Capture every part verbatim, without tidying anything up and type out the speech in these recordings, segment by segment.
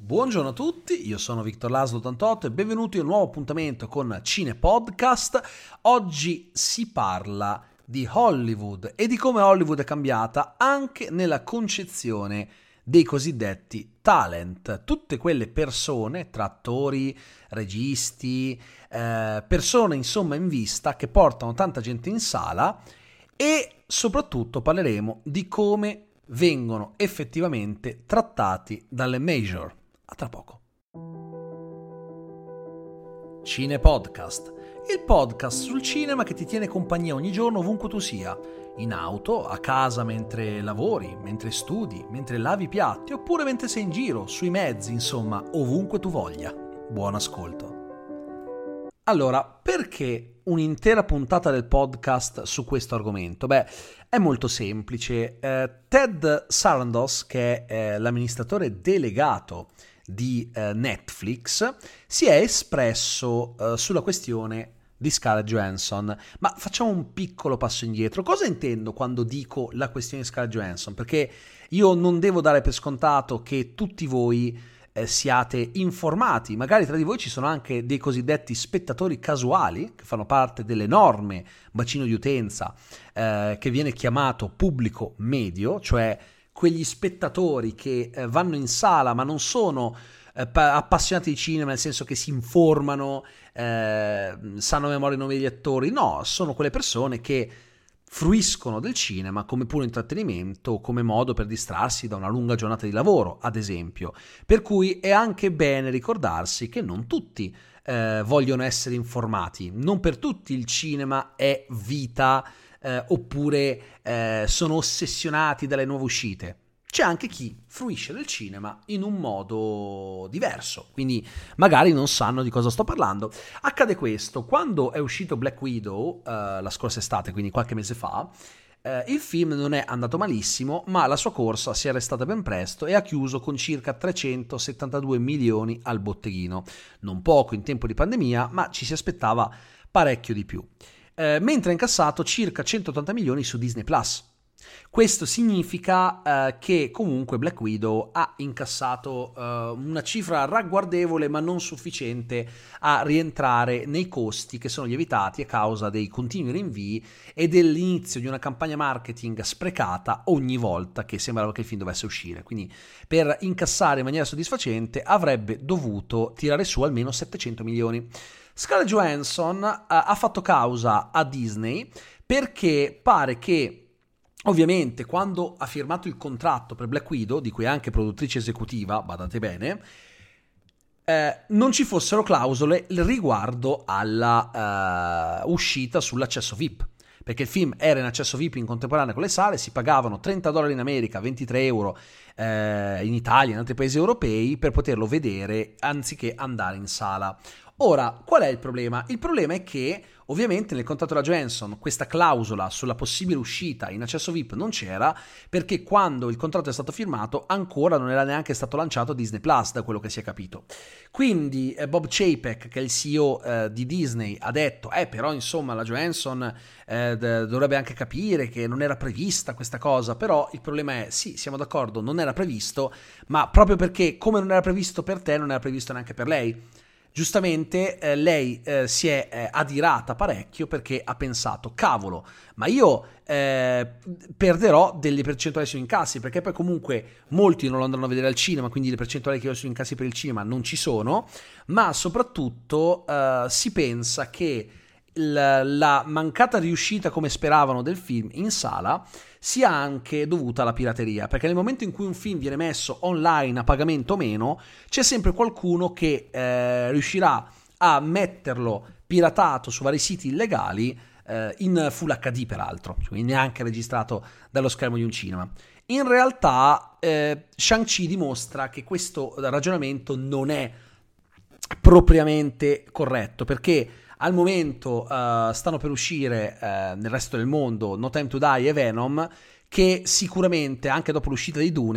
Buongiorno a tutti, io sono Victor Laszlo ottantotto e benvenuti a un nuovo appuntamento con Cine Podcast. Oggi si parla di Hollywood e di come Hollywood è cambiata anche nella concezione dei cosiddetti talent, tutte quelle persone, tra attori, registi, eh, persone insomma in vista che portano tanta gente in sala e soprattutto parleremo di come vengono effettivamente trattati dalle major. A tra poco. Cine Podcast, il podcast sul cinema che ti tiene compagnia ogni giorno ovunque tu sia, in auto, a casa mentre lavori, mentre studi, mentre lavi i piatti oppure mentre sei in giro, sui mezzi, insomma, ovunque tu voglia. Buon ascolto. Allora, perché un'intera puntata del podcast su questo argomento? Beh, è molto semplice. Eh, Ted Sarandos, che è eh, l'amministratore delegato di eh, Netflix, si è espresso eh, sulla questione di Scarlett Johansson. Ma facciamo un piccolo passo indietro. Cosa intendo quando dico la questione di Scarlett Johansson? Perché io non devo dare per scontato che tutti voi eh, siate informati. Magari tra di voi ci sono anche dei cosiddetti spettatori casuali che fanno parte dell'enorme bacino di utenza eh, che viene chiamato pubblico medio, cioè quegli spettatori che eh, vanno in sala ma non sono eh, pa- appassionati di cinema, nel senso che si informano, eh, sanno a memoria i nomi degli attori. No, sono quelle persone che fruiscono del cinema come puro intrattenimento, come modo per distrarsi da una lunga giornata di lavoro, ad esempio. Per cui è anche bene ricordarsi che non tutti eh, vogliono essere informati, non per tutti il cinema è vita, Eh, oppure eh, sono ossessionati dalle nuove uscite. C'è anche chi fruisce del cinema in un modo diverso, quindi magari non sanno di cosa sto parlando. Accade questo: quando è uscito Black Widow eh, la scorsa estate, quindi qualche mese fa, eh, il film non è andato malissimo, ma la sua corsa si è arrestata ben presto e ha chiuso con circa trecentosettantadue milioni al botteghino. Non poco in tempo di pandemia, ma ci si aspettava parecchio di più. Eh, mentre ha incassato circa centottanta milioni su Disney Plus. Questo significa eh, che comunque Black Widow ha incassato eh, una cifra ragguardevole ma non sufficiente a rientrare nei costi che sono lievitati a causa dei continui rinvii e dell'inizio di una campagna marketing sprecata ogni volta che sembrava che il film dovesse uscire. Quindi per incassare in maniera soddisfacente avrebbe dovuto tirare su almeno settecento milioni. Scarlett Johansson uh, ha fatto causa a Disney perché pare che, ovviamente, quando ha firmato il contratto per Black Widow, di cui è anche produttrice esecutiva, badate bene, eh, non ci fossero clausole riguardo alla uh, uscita sull'accesso V I P. Perché il film era in accesso V I P in contemporanea con le sale, si pagavano trenta dollari in America, ventitré euro eh, in Italia e in altri paesi europei per poterlo vedere anziché andare in sala. Ora, qual è il problema? Il problema è che ovviamente nel contratto della Johansson questa clausola sulla possibile uscita in accesso V I P non c'era, perché quando il contratto è stato firmato ancora non era neanche stato lanciato Disney Plus, da quello che si è capito. Quindi eh, Bob Chapek, che è il C E O eh, di Disney, ha detto eh però insomma la Johansson eh, d- dovrebbe anche capire che non era prevista questa cosa. Però il problema è, sì, siamo d'accordo, non era previsto, ma proprio perché come non era previsto per te non era previsto neanche per lei. Giustamente eh, lei eh, si è eh, adirata parecchio perché ha pensato: cavolo, ma io eh, perderò delle percentuali sui incassi, perché poi comunque molti non lo andranno a vedere al cinema, quindi le percentuali che ho sui incassi per il cinema non ci sono. Ma soprattutto eh, si pensa che la, la mancata riuscita come speravano del film in sala sia anche dovuta alla pirateria, perché nel momento in cui un film viene messo online a pagamento o meno, c'è sempre qualcuno che eh, riuscirà a metterlo piratato su vari siti illegali eh, in Full acca di peraltro, quindi neanche registrato dallo schermo di un cinema. In realtà eh, Shang-Chi dimostra che questo ragionamento non è propriamente corretto, perché al momento uh, stanno per uscire uh, nel resto del mondo No Time to Die e Venom, che sicuramente anche dopo l'uscita di Dune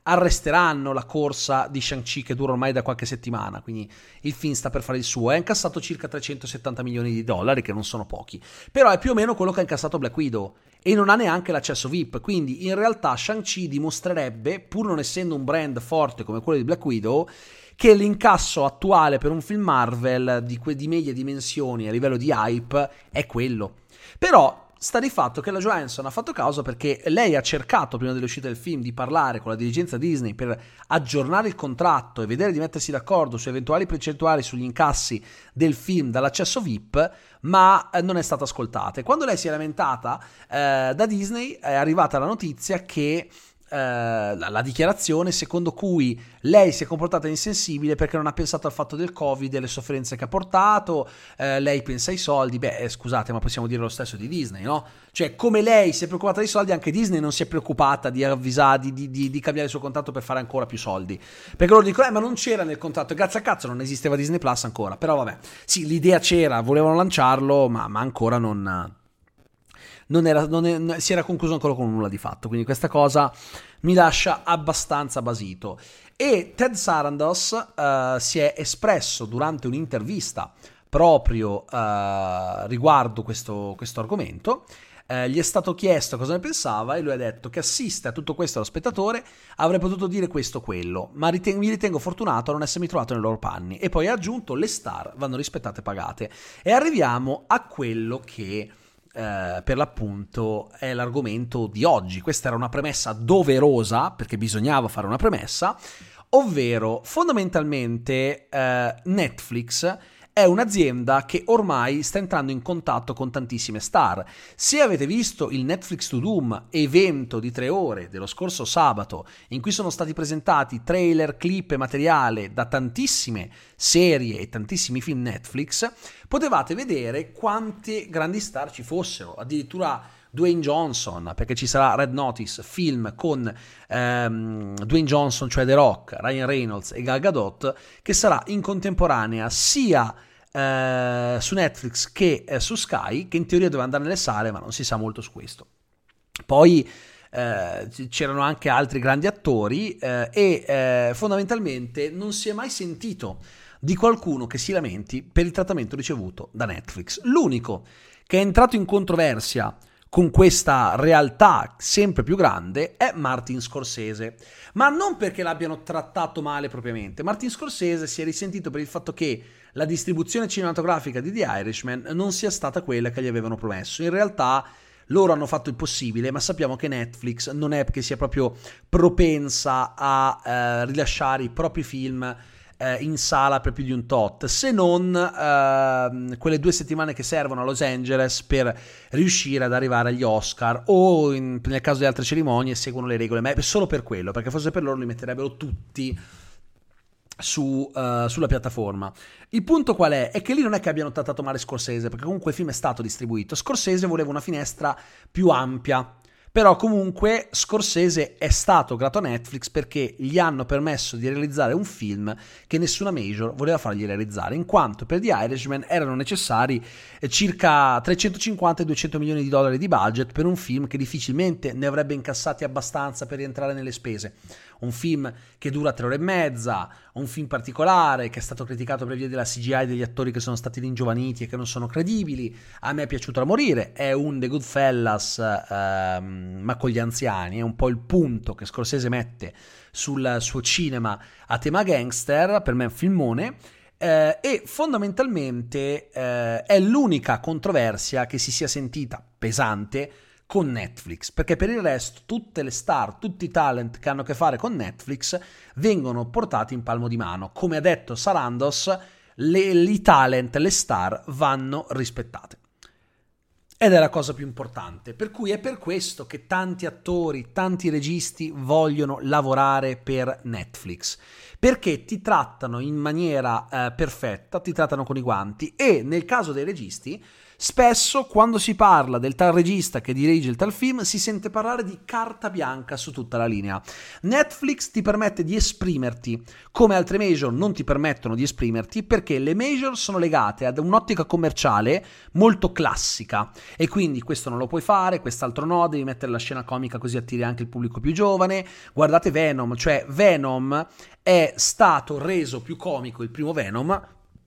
arresteranno la corsa di Shang-Chi che dura ormai da qualche settimana, quindi il film sta per fare il suo. Ha incassato circa trecentosettanta milioni di dollari, che non sono pochi, però è più o meno quello che ha incassato Black Widow e non ha neanche l'accesso V I P, quindi in realtà Shang-Chi dimostrerebbe, pur non essendo un brand forte come quello di Black Widow, che l'incasso attuale per un film Marvel di, que- di medie dimensioni a livello di hype è quello. Però sta di fatto che la Johansson ha fatto causa perché lei ha cercato prima dell'uscita del film di parlare con la dirigenza Disney per aggiornare il contratto e vedere di mettersi d'accordo su eventuali percentuali sugli incassi del film dall'accesso V I P, ma non è stata ascoltata. E quando lei si è lamentata eh, da Disney è arrivata la notizia che Uh, la, la dichiarazione secondo cui lei si è comportata insensibile perché non ha pensato al fatto del Covid e le sofferenze che ha portato. Uh, lei pensa ai soldi. Beh, eh, scusate, ma possiamo dire lo stesso di Disney, no? Cioè, come lei si è preoccupata dei soldi, anche Disney non si è preoccupata di avvisare, di, di, di, di cambiare il suo contratto per fare ancora più soldi, perché loro dicono, eh, ma non c'era nel contratto, grazie a cazzo non esisteva Disney Plus ancora. Però vabbè, sì, l'idea c'era, volevano lanciarlo, ma, ma ancora non... Non era, non è, si era concluso ancora con nulla di fatto, quindi questa cosa mi lascia abbastanza basito. E Ted Sarandos uh, si è espresso durante un'intervista proprio uh, riguardo questo, questo argomento. Uh, gli è stato chiesto cosa ne pensava e lui ha detto che assiste a tutto questo allo spettatore, avrei potuto dire questo o quello, ma riten- mi ritengo fortunato a non essermi trovato nei loro panni. E poi ha aggiunto, le star vanno rispettate e pagate. E arriviamo a quello che... Uh, per l'appunto è l'argomento di oggi. Questa era una premessa doverosa perché bisognava fare una premessa, ovvero fondamentalmente uh, Netflix è un'azienda che ormai sta entrando in contatto con tantissime star. Se avete visto il Netflix to Doom, evento di tre ore dello scorso sabato, in cui sono stati presentati trailer, clip e materiale da tantissime serie e tantissimi film Netflix, potevate vedere quante grandi star ci fossero, addirittura Dwayne Johnson, perché ci sarà Red Notice, film con ehm, Dwayne Johnson, cioè The Rock, Ryan Reynolds e Gal Gadot, che sarà in contemporanea sia eh, su Netflix che eh, su Sky, che in teoria doveva andare nelle sale, ma non si sa molto su questo. Poi eh, c'erano anche altri grandi attori eh, e eh, fondamentalmente non si è mai sentito di qualcuno che si lamenti per il trattamento ricevuto da Netflix. L'unico che è entrato in controversia con questa realtà sempre più grande è Martin Scorsese, ma non perché l'abbiano trattato male propriamente. Martin Scorsese si è risentito per il fatto che la distribuzione cinematografica di The Irishman non sia stata quella che gli avevano promesso. In realtà loro hanno fatto il possibile, ma sappiamo che Netflix non è che sia proprio propensa a eh, rilasciare i propri film in sala per più di un tot, se non uh, quelle due settimane che servono a Los Angeles per riuscire ad arrivare agli Oscar o in, nel caso di altre cerimonie seguono le regole, ma è solo per quello, perché forse per loro li metterebbero tutti su, uh, sulla piattaforma. Il punto qual è? È che lì non è che abbiano trattato male Scorsese, perché comunque il film è stato distribuito. Scorsese voleva una finestra più ampia, però comunque Scorsese è stato grato a Netflix perché gli hanno permesso di realizzare un film che nessuna major voleva fargli realizzare, in quanto per The Irishman erano necessari circa trecentocinquanta duecento milioni di dollari di budget per un film che difficilmente ne avrebbe incassati abbastanza per rientrare nelle spese. Un film che dura tre ore e mezza, un film particolare che è stato criticato per via della C G I degli attori che sono stati ringiovaniti e che non sono credibili. A me è piaciuto da morire, è un The Goodfellas ehm, ma con gli anziani, è un po' il punto che Scorsese mette sul suo cinema a tema gangster. Per me è un filmone. Eh, e fondamentalmente eh, è l'unica controversia che si sia sentita pesante con Netflix, perché per il resto tutte le star, tutti i talent che hanno a che fare con Netflix vengono portati in palmo di mano. Come ha detto Sarandos, le, i talent, le star vanno rispettate. Ed è la cosa più importante, per cui è per questo che tanti attori, tanti registi vogliono lavorare per Netflix, perché ti trattano in maniera eh, perfetta, ti trattano con i guanti, e nel caso dei registi Spesso quando si parla del tal regista che dirige il tal film si sente parlare di carta bianca su tutta la linea. Netflix ti permette di esprimerti, come altre major non ti permettono di esprimerti, perché le major sono legate ad un'ottica commerciale molto classica e quindi questo non lo puoi fare, quest'altro no, devi mettere la scena comica così attiri anche il pubblico più giovane. Guardate Venom, cioè Venom è stato reso più comico, il primo Venom,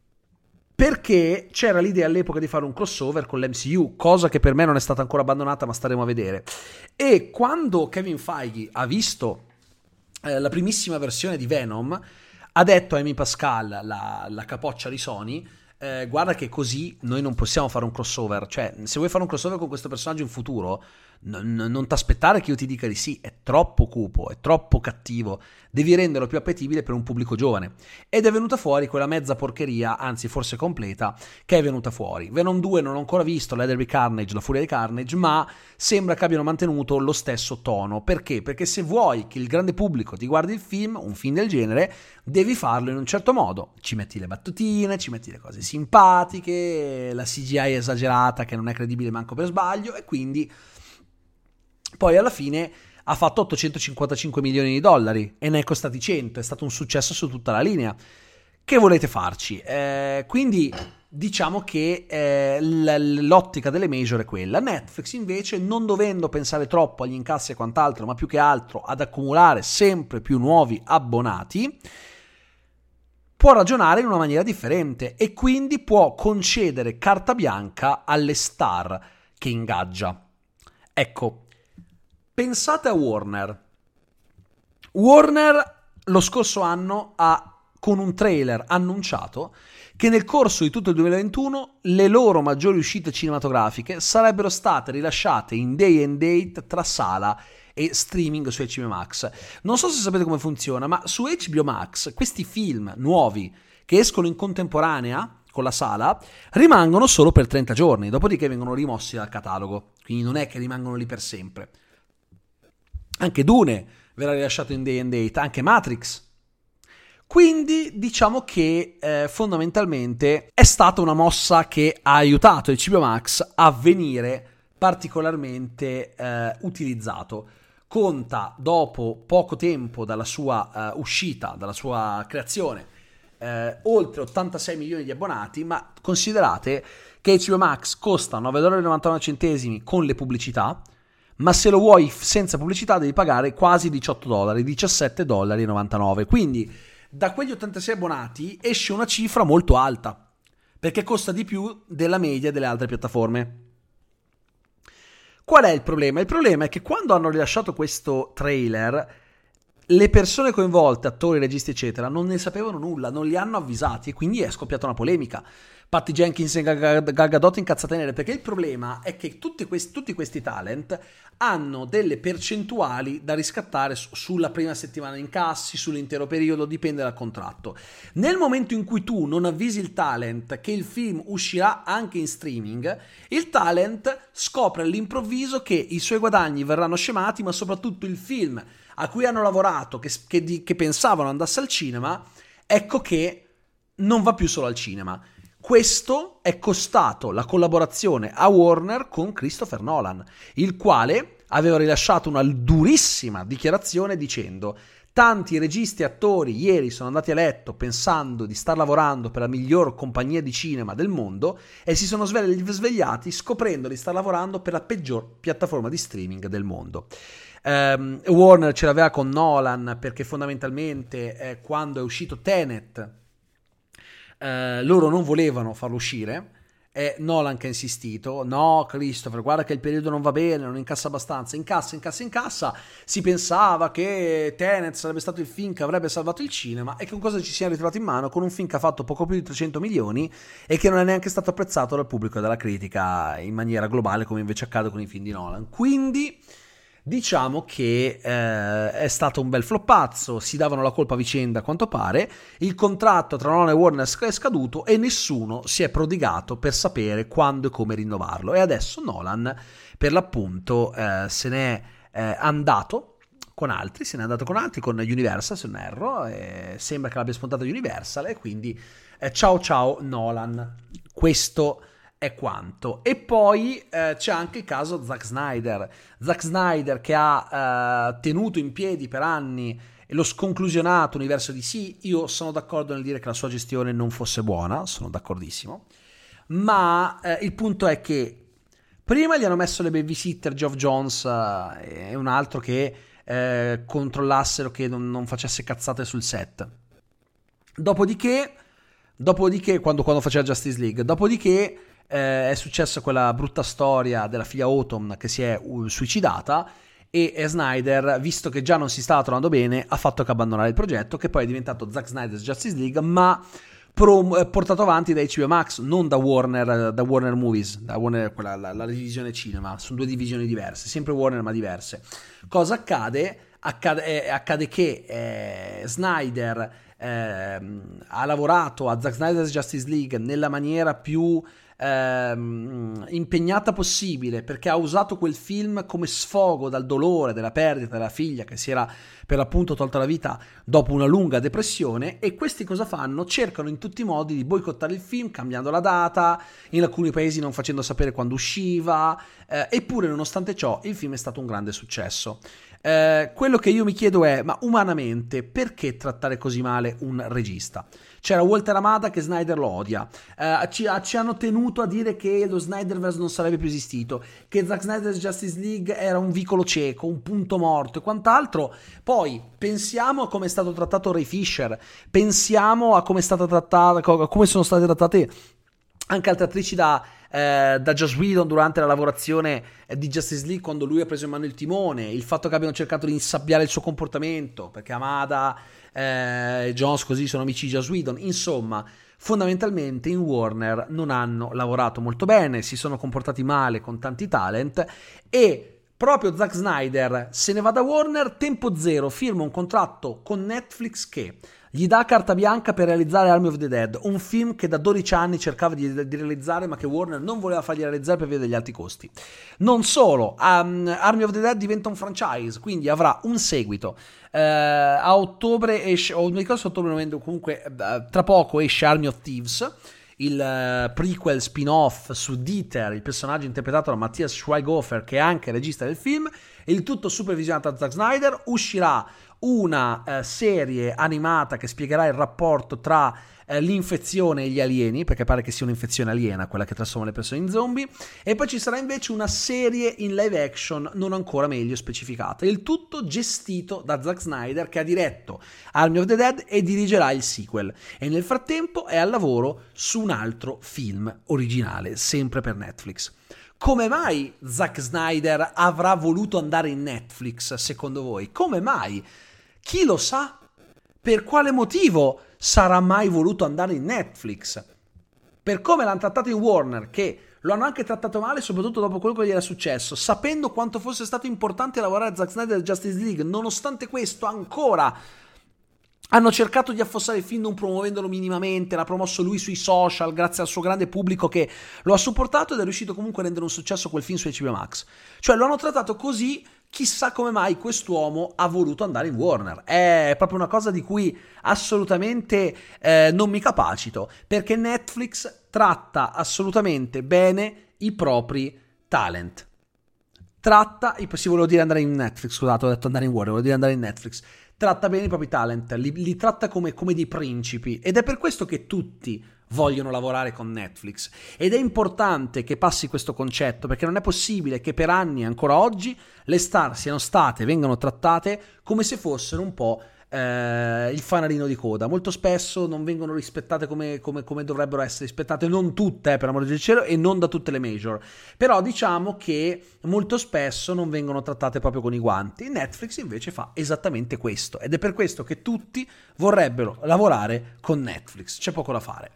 perché c'era l'idea all'epoca di fare un crossover con l'M C U, cosa che per me non è stata ancora abbandonata, ma staremo a vedere. E quando Kevin Feige ha visto eh, la primissima versione di Venom, ha detto a Amy Pascal, la, la capoccia di Sony, eh, guarda che così noi non possiamo fare un crossover, cioè se vuoi fare un crossover con questo personaggio in futuro non, non ti aspettare che io ti dica di sì, è troppo cupo, è troppo cattivo, devi renderlo più appetibile per un pubblico giovane. Ed è venuta fuori quella mezza porcheria, anzi forse completa, che è venuta fuori. Venom due non ho ancora visto, Leatherby Carnage, la furia di Carnage, ma sembra che abbiano mantenuto lo stesso tono. Perché? Perché se vuoi che il grande pubblico ti guardi il film, un film del genere, devi farlo in un certo modo. Ci metti le battutine, ci metti le cose simpatiche, la C G I esagerata che non è credibile manco per sbaglio, e quindi poi alla fine ha fatto ottocentocinquantacinque milioni di dollari e ne è costati cento, è stato un successo su tutta la linea. Che volete farci? Eh, quindi diciamo che eh, l'ottica delle major è quella. Netflix invece, non dovendo pensare troppo agli incassi e quant'altro, ma più che altro ad accumulare sempre più nuovi abbonati, può ragionare in una maniera differente e quindi può concedere carta bianca alle star che ingaggia. Ecco, pensate a Warner. Warner lo scorso anno ha, con un trailer, annunciato che nel corso di tutto il duemilaventuno le loro maggiori uscite cinematografiche sarebbero state rilasciate in day and date tra sala e streaming su H B O Max. Non so se sapete come funziona, ma su H B O Max questi film nuovi che escono in contemporanea con la sala rimangono solo per trenta giorni, dopodiché vengono rimossi dal catalogo, quindi non è che rimangono lì per sempre. Anche Dune verrà rilasciato in day and date, anche Matrix. Quindi diciamo che eh, fondamentalmente è stata una mossa che ha aiutato H B O Max a venire particolarmente eh, utilizzato. Conta, dopo poco tempo dalla sua uh, uscita, dalla sua creazione, eh, oltre ottantasei milioni di abbonati, ma considerate che H B O Max costa nove virgola novantanove dollari con le pubblicità, ma se lo vuoi senza pubblicità devi pagare quasi diciotto dollari, diciassette virgola novantanove dollari. Quindi da quegli ottantasei abbonati esce una cifra molto alta, perché costa di più della media delle altre piattaforme. Qual è il problema? Il problema è che quando hanno rilasciato questo trailer, le persone coinvolte, attori, registi eccetera, non ne sapevano nulla, non li hanno avvisati e quindi è scoppiata una polemica. Patty Jenkins e Gal Gadot incazzate nere, perché il problema è che tutti questi, tutti questi talent hanno delle percentuali da riscattare su, sulla prima settimana incassi, sull'intero periodo, dipende dal contratto. Nel momento in cui tu non avvisi il talent che il film uscirà anche in streaming, il talent scopre all'improvviso che i suoi guadagni verranno scemati, ma soprattutto il film a cui hanno lavorato, che, che, di, che pensavano andasse al cinema, ecco che non va più solo al cinema. Questo è costato la collaborazione a Warner con Christopher Nolan, il quale aveva rilasciato una durissima dichiarazione dicendo: tanti registi e attori ieri sono andati a letto pensando di star lavorando per la miglior compagnia di cinema del mondo e si sono svegliati scoprendo di star lavorando per la peggior piattaforma di streaming del mondo. Um, Warner ce l'aveva con Nolan perché fondamentalmente eh, quando è uscito Tenet eh, loro non volevano farlo uscire, e Nolan che ha insistito: no Christopher, guarda che il periodo non va bene, non incassa abbastanza, incassa, incassa, incassa. Si pensava che Tenet sarebbe stato il film che avrebbe salvato il cinema, e con cosa ci siamo ritrovati in mano? Con un film che ha fatto poco più di trecento milioni e che non è neanche stato apprezzato dal pubblico e dalla critica in maniera globale, come invece accade con i film di Nolan. Quindi diciamo che eh, è stato un bel floppazzo, si davano la colpa a vicenda a quanto pare, il contratto tra Nolan e Warner è scaduto e nessuno si è prodigato per sapere quando e come rinnovarlo, e adesso Nolan per l'appunto eh, se n'è eh, andato con altri, se n'è andato con altri, con Universal se non erro, e sembra che l'abbia spuntato Universal, e quindi eh, ciao ciao Nolan. Questo è quanto. E poi eh, c'è anche il caso Zack Snyder. Zack Snyder che ha eh, tenuto in piedi per anni lo sconclusionato universo D C. Io sono d'accordo nel dire che la sua gestione non fosse buona, sono d'accordissimo, ma eh, il punto è che prima gli hanno messo le babysitter Geoff Johns eh, e un altro che eh, controllassero che non, non facesse cazzate sul set. Dopodiché, dopodiché quando, quando faceva Justice League, dopodiché eh, è successa quella brutta storia della figlia Autumn che si è uh, suicidata. E Snyder, visto che già non si stava trovando bene, ha fatto che abbandonare il progetto, che poi è diventato Zack Snyder's Justice League, ma prom- portato avanti da H B O Max, non da Warner, da Warner Movies, da Warner, quella, la, la divisione cinema. Sono due divisioni diverse, sempre Warner ma diverse. Cosa accade? Accade, eh, accade che eh, Snyder eh, ha lavorato a Zack Snyder's Justice League nella maniera più Ehm, impegnata possibile, perché ha usato quel film come sfogo dal dolore della perdita della figlia che si era per l'appunto tolta la vita dopo una lunga depressione. E questi cosa fanno? Cercano in tutti i modi di boicottare il film, cambiando la data, in alcuni paesi non facendo sapere quando usciva, eh, eppure nonostante ciò il film è stato un grande successo. Eh, quello che io mi chiedo è, ma umanamente perché trattare così male un regista? C'era Walter Amada che Snyder lo odia, eh, ci, ci hanno tenuto a dire che lo Snyderverse non sarebbe più esistito, che Zack Snyder's Justice League era un vicolo cieco, un punto morto e quant'altro. Poi pensiamo a come è stato trattato Ray Fisher, pensiamo a come è stata trattata, come sono state trattate anche altre attrici da, eh, da Joss Whedon durante la lavorazione eh, di Justice League, quando lui ha preso in mano il timone, il fatto che abbiano cercato di insabbiare il suo comportamento, perché Amada e eh, Jones così sono amici di Joss Whedon. Insomma, fondamentalmente in Warner non hanno lavorato molto bene, si sono comportati male con tanti talent, e proprio Zack Snyder se ne va da Warner, tempo zero, firma un contratto con Netflix che gli dà carta bianca per realizzare Army of the Dead, un film che da dodici anni cercava di, di realizzare, ma che Warner non voleva fargli realizzare per via degli alti costi. Non solo, um, Army of the Dead diventa un franchise, quindi avrà un seguito. Uh, a ottobre esce, o non mi ricordo se ottobre o novembre, comunque uh, tra poco esce Army of Thieves, il uh, prequel spin-off su Dieter, il personaggio interpretato da Matthias Schweighöfer, che è anche regista del film, il tutto supervisionato da Zack Snyder. Uscirà una uh, serie animata che spiegherà il rapporto tra uh, l'infezione e gli alieni, perché pare che sia un'infezione aliena quella che trasforma le persone in zombie, e poi ci sarà invece una serie in live action non ancora meglio specificata, il tutto gestito da Zack Snyder, che ha diretto Army of the Dead e dirigerà il sequel, e nel frattempo è al lavoro su un altro film originale sempre per Netflix. Come mai Zack Snyder avrà voluto andare in Netflix, secondo voi? Come mai? Chi lo sa? Per quale motivo sarà mai voluto andare in Netflix? Per come l'hanno trattato in Warner, che lo hanno anche trattato male, soprattutto dopo quello che gli era successo, sapendo quanto fosse stato importante lavorare a Zack Snyder e Justice League. Nonostante questo, ancora hanno cercato di affossare il film non promuovendolo minimamente, l'ha promosso lui sui social grazie al suo grande pubblico che lo ha supportato, ed è riuscito comunque a rendere un successo quel film su H B O Max. Cioè lo hanno trattato così, chissà come mai quest'uomo ha voluto andare in Warner. È proprio una cosa di cui assolutamente eh, non mi capacito, perché Netflix tratta assolutamente bene i propri talent. Tratta, sì, volevo dire andare in Netflix, scusate, ho detto andare in Warner, volevo dire andare in Netflix. Tratta bene i propri talent, li, li tratta come, come dei principi, ed è per questo che tutti vogliono lavorare con Netflix. Ed è importante che passi questo concetto, perché non è possibile che per anni, ancora oggi, le star siano state, vengano trattate come se fossero un po' eh, il fanalino di coda. Molto spesso non vengono rispettate come, come, come dovrebbero essere rispettate, non tutte, eh, per amore del cielo, e non da tutte le major, però diciamo che molto spesso non vengono trattate proprio con i guanti. Netflix invece fa esattamente questo, ed è per questo che tutti vorrebbero lavorare con Netflix, c'è poco da fare.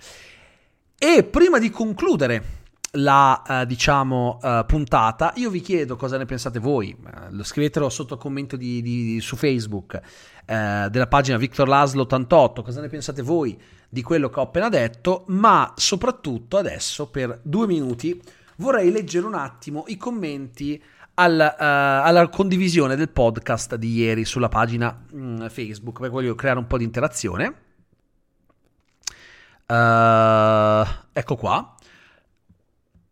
E prima di concludere la uh, diciamo uh, puntata, io vi chiedo cosa ne pensate voi. Uh, scrivetelo sotto il commento di, di, su Facebook uh, della pagina Victor Laszlo ottantotto, cosa ne pensate voi di quello che ho appena detto. Ma soprattutto adesso per due minuti vorrei leggere un attimo i commenti al, uh, alla condivisione del podcast di ieri sulla pagina um, Facebook, perché voglio creare un po' di interazione. Uh, ecco qua.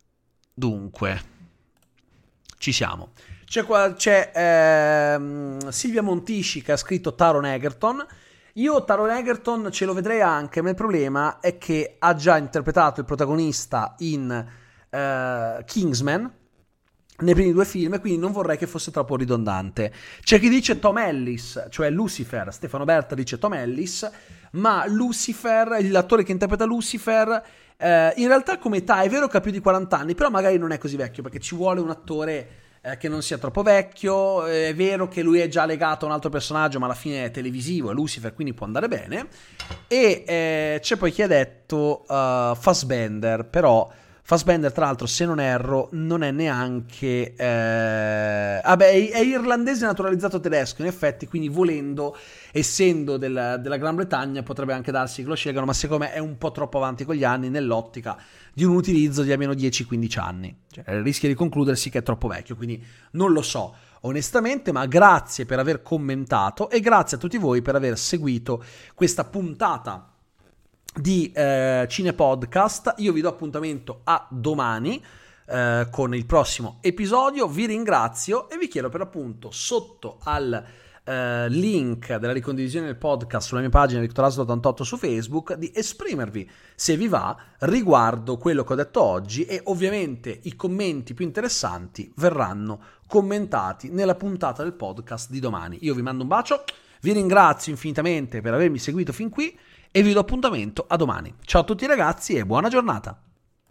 Dunque, ci siamo. C'è, qua, c'è ehm, Silvia Montisci che ha scritto Taron Egerton. Io Taron Egerton ce lo vedrei anche, ma il problema è che ha già interpretato il protagonista in uh, Kingsman, nei primi due film, quindi non vorrei che fosse troppo ridondante. C'è chi dice Tom Ellis, cioè Lucifer. Stefano Berta dice Tom Ellis, ma Lucifer, l'attore che interpreta Lucifer, eh, in realtà come età è vero che ha più di quaranta anni, però magari non è così vecchio, perché ci vuole un attore eh, che non sia troppo vecchio. È vero che lui è già legato a un altro personaggio, ma alla fine è televisivo, è Lucifer, quindi può andare bene. E eh, c'è poi chi ha detto uh, Fassbender, però Fassbender, tra l'altro, se non erro, non è neanche... Eh... Vabbè, è irlandese naturalizzato tedesco, in effetti, quindi volendo, essendo del, della Gran Bretagna, potrebbe anche darsi che lo scelgano, ma secondo me è un po' troppo avanti con gli anni nell'ottica di un utilizzo di almeno dieci quindici anni. Cioè, rischia di concludersi che è troppo vecchio, quindi non lo so onestamente, ma grazie per aver commentato e grazie a tutti voi per aver seguito questa puntata di eh, Cinepodcast. Io vi do appuntamento a domani eh, con il prossimo episodio. Vi ringrazio e vi chiedo per appunto sotto al eh, link della ricondivisione del podcast sulla mia pagina Victor Aslo ottantotto su Facebook di esprimervi, se vi va, riguardo quello che ho detto oggi, e ovviamente i commenti più interessanti verranno commentati nella puntata del podcast di domani. Io vi mando un bacio, vi ringrazio infinitamente per avermi seguito fin qui e vi do appuntamento a domani. Ciao a tutti ragazzi e buona giornata!